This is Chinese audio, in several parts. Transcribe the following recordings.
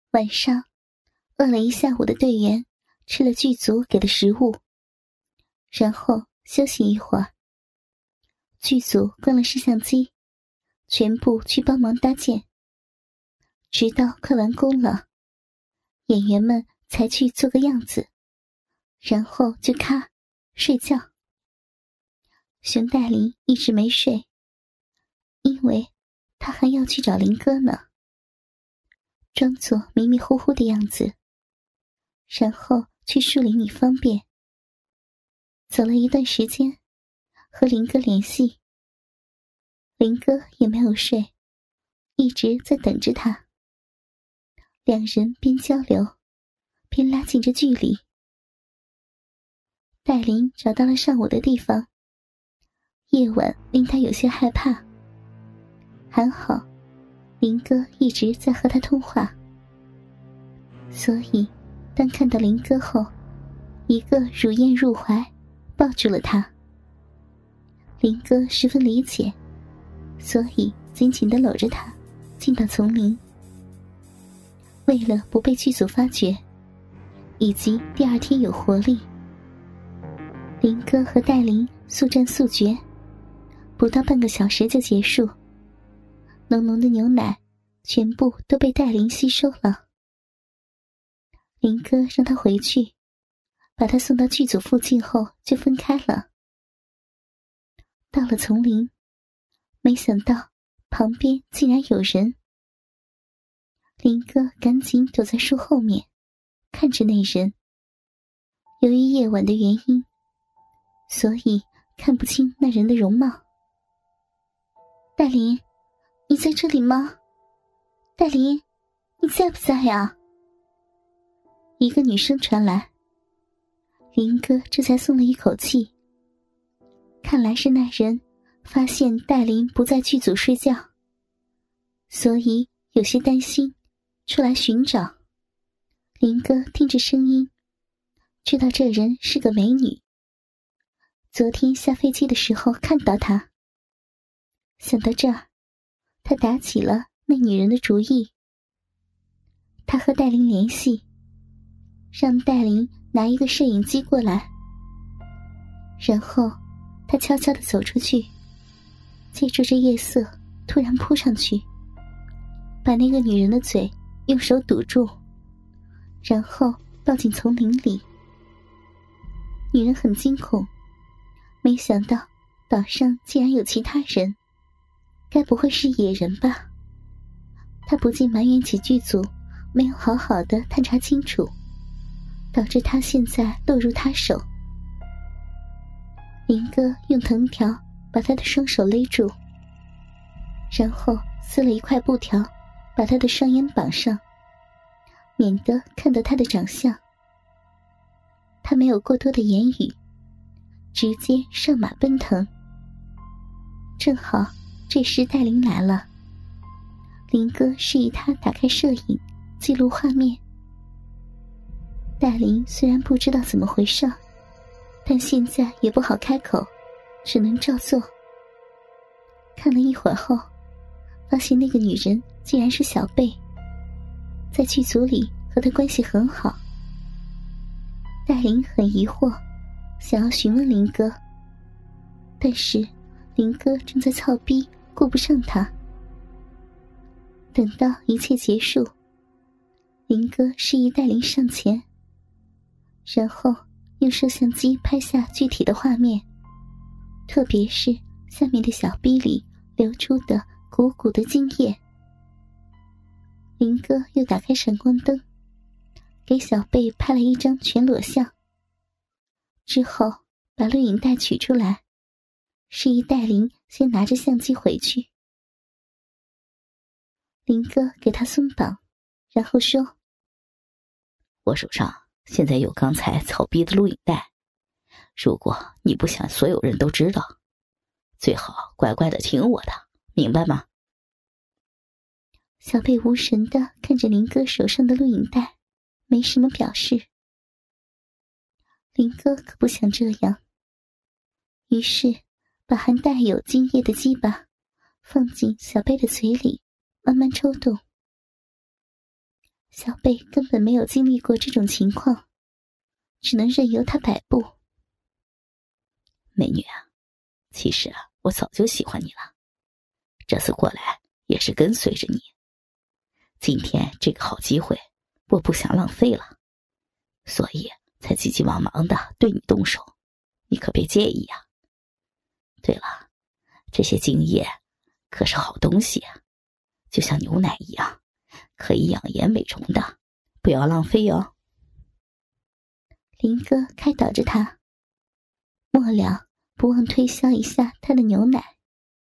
晚上，饿了一下午的队员吃了剧组给的食物，然后休息一会儿。剧组关了摄像机，全部去帮忙搭建，直到快完工了，演员们才去做个样子，然后就咔睡觉。熊黛林一直没睡，因为她还要去找林哥呢。装作迷迷糊糊的样子，然后去树林里方便。走了一段时间，和林哥联系，林哥也没有睡，一直在等着他。两人边交流边拉近着距离。黛林找到了上午的地方，夜晚令她有些害怕，还好林哥一直在和她通话，所以当看到林哥后，一个乳燕入怀，抱住了他。林哥十分理解，所以紧紧地搂着他进到丛林。为了不被剧组发觉，以及第二天有活力，林哥和黛林速战速决，不到半个小时就结束。浓浓的牛奶全部都被黛林吸收了。林哥让他回去，把他送到剧组附近后就分开了。到了丛林，没想到旁边竟然有人。林哥赶紧躲在树后面，看着那人。由于夜晚的原因，所以看不清那人的容貌。黛林，你在这里吗？黛林，你在不在呀？一个女声传来。林哥这才松了一口气，看来是那人发现黛林不在剧组睡觉，所以有些担心，出来寻找。林哥听着声音，知道这人是个美女。昨天下飞机的时候看到她。想到这儿，他打起了那女人的主意。他和黛林联系，让黛林拿一个摄影机过来，然后他悄悄地走出去，借助着夜色突然扑上去，把那个女人的嘴用手堵住，然后抱进丛林里。女人很惊恐，没想到岛上竟然有其他人，该不会是野人吧？她不禁埋怨起剧组没有好好的探查清楚，导致她现在落入他手。林哥用藤条把她的双手勒住，然后撕了一块布条把她的双眼绑上，免得看到她的长相。他没有过多的言语，直接上马奔腾。正好这时黛林来了，林哥示意他打开摄影记录画面。黛林虽然不知道怎么回事，但现在也不好开口，只能照做。看了一会儿后，发现那个女人竟然是小贝，在剧组里和她关系很好。黛林很疑惑，想要询问林哥，但是林哥正在操逼，顾不上他。等到一切结束，林哥示意黛林上前，然后用摄像机拍下具体的画面，特别是下面的小逼里流出的鼓鼓的精液。林哥又打开闪光灯，给小贝拍了一张全裸像，之后把录影带取出来，示意黛林先拿着相机回去。林哥给他松绑，然后说： 我手上现在有刚才草逼的录影带，如果你不想所有人都知道，最好乖乖的听我的，明白吗？ 小贝无神地看着林哥手上的录影带，没什么表示。林哥可不想这样，于是把含带有精液的鸡巴放进小贝的嘴里，慢慢抽动。 小贝根本没有经历过这种情况，只能任由他摆布。 美女啊，其实我早就喜欢你了，这次过来也是跟随着你。今天这个好机会，我不想浪费了，所以才急急忙忙的对你动手，你可别介意呀。对了，这些精液可是好东西啊，就像牛奶一样，可以养颜美容的，不要浪费哦。 林哥开导着他，末了不忘推销一下他的牛奶。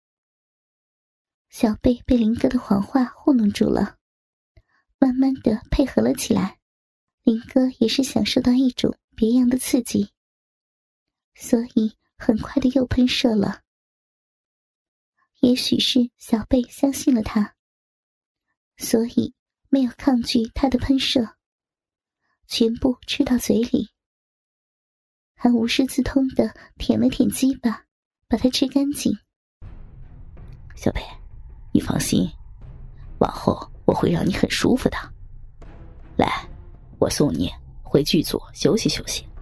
小贝被林哥的谎话糊弄住了，慢慢的配合了起来。林哥也是享受到一种别样的刺激，所以很快的又喷射了。也许是小贝相信了他，所以没有抗拒他的喷射，全部吃到嘴里，还无师自通的舔了舔鸡巴，把它吃干净。 小贝，你放心，往后我会让你很舒服的。来，我送你回剧组休息休息。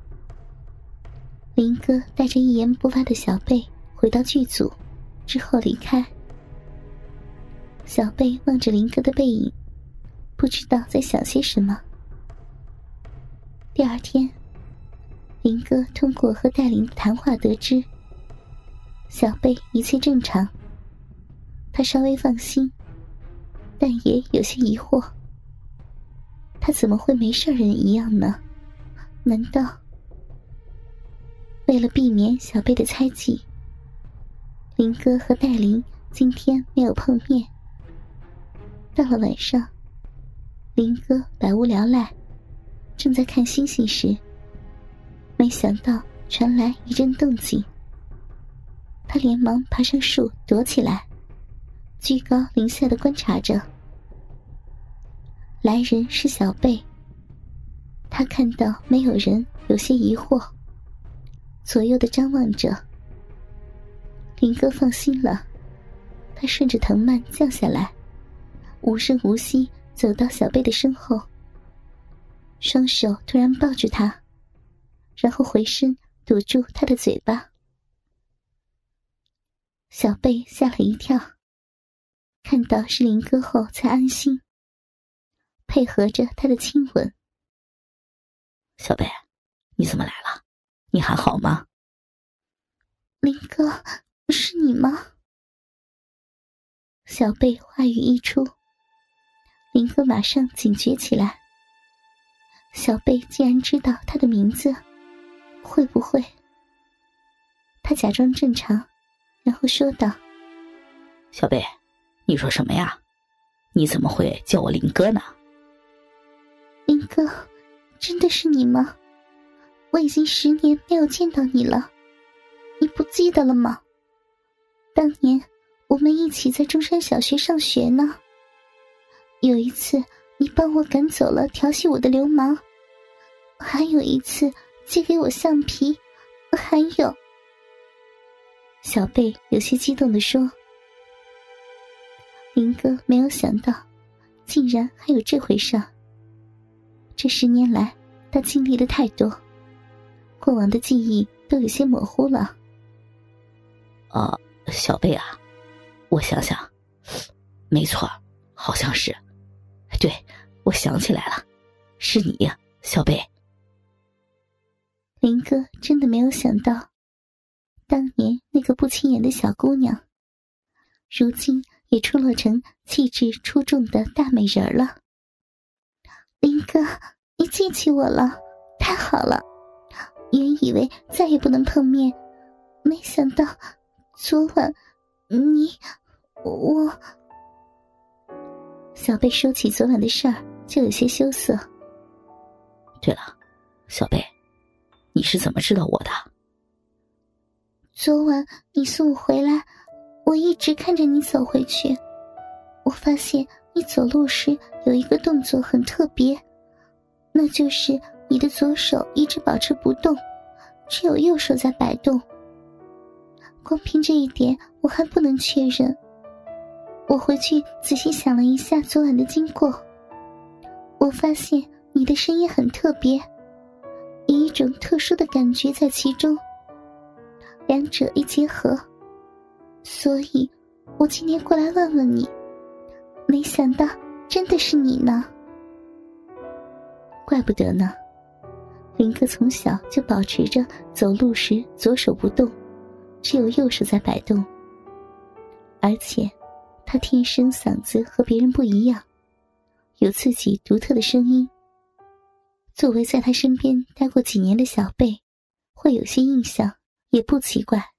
林哥带着一言不发的小贝回到剧组之后离开。小贝望着林哥的背影，不知道在想些什么。第二天，林哥通过和戴琳的谈话得知，小贝一切正常，他稍微放心，但也有些疑惑，他怎么会没事人一样呢？难道……为了避免小贝的猜忌，林哥和戴琳今天没有碰面。到了晚上，林哥百无聊赖，正在看星星时，没想到传来一阵动静。他连忙爬上树躲起来，居高临下的观察着。来人是小贝，他看到没有人，有些疑惑，左右的张望着。林哥放心了，他顺着藤蔓降下来，无声无息走到小贝的身后，双手突然抱住他，然后回身堵住他的嘴巴。小贝吓了一跳，看到是林哥后才安心，配合着他的亲吻。 小贝，你怎么来了？你还好吗？ 林哥，是你吗？小贝话语一出，林哥马上警觉起来。小贝竟然知道他的名字，会不会……他假装正常，然后说道： 小贝，你说什么呀？你怎么会叫我林哥呢？ 林哥，真的是你吗？我已经10年没有见到你了，你不记得了吗？当年我们一起在中山小学上学呢。有一次你帮我赶走了调戏我的流氓，还有一次借给我橡皮，还有……小贝有些激动地说。林哥没有想到竟然还有这回事。这10年来他经历的太多，过往的记忆都有些模糊了。 小贝啊，我想想，没错，好像是，对，我想起来了，是你呀，小贝。 林哥真的没有想到，当年那个不起眼的小姑娘，如今也出落成气质出众的大美人了。林哥，你记起我了，太好了！原以为再也不能碰面，没想到昨晚我……小贝说起昨晚的事儿，就有些羞涩。 对了，小贝，你是怎么知道我的？ 昨晚你送我回来，我一直看着你走回去，我发现你走路时有一个动作很特别，那就是你的左手一直保持不动，只有右手在摆动。光凭这一点我还不能确认。我回去仔细想了一下昨晚的经过， 发现你的声音很特别，有一种特殊的感觉在其中，两者一结合，所以我今天过来问问你，没想到真的是你呢。 怪不得呢，林哥从小就保持着走路时左手不动，只有右手在摆动，而且他天生嗓子和别人不一样，有自己独特的声音。作为在他身边待过几年的小贝，会有些印象也不奇怪。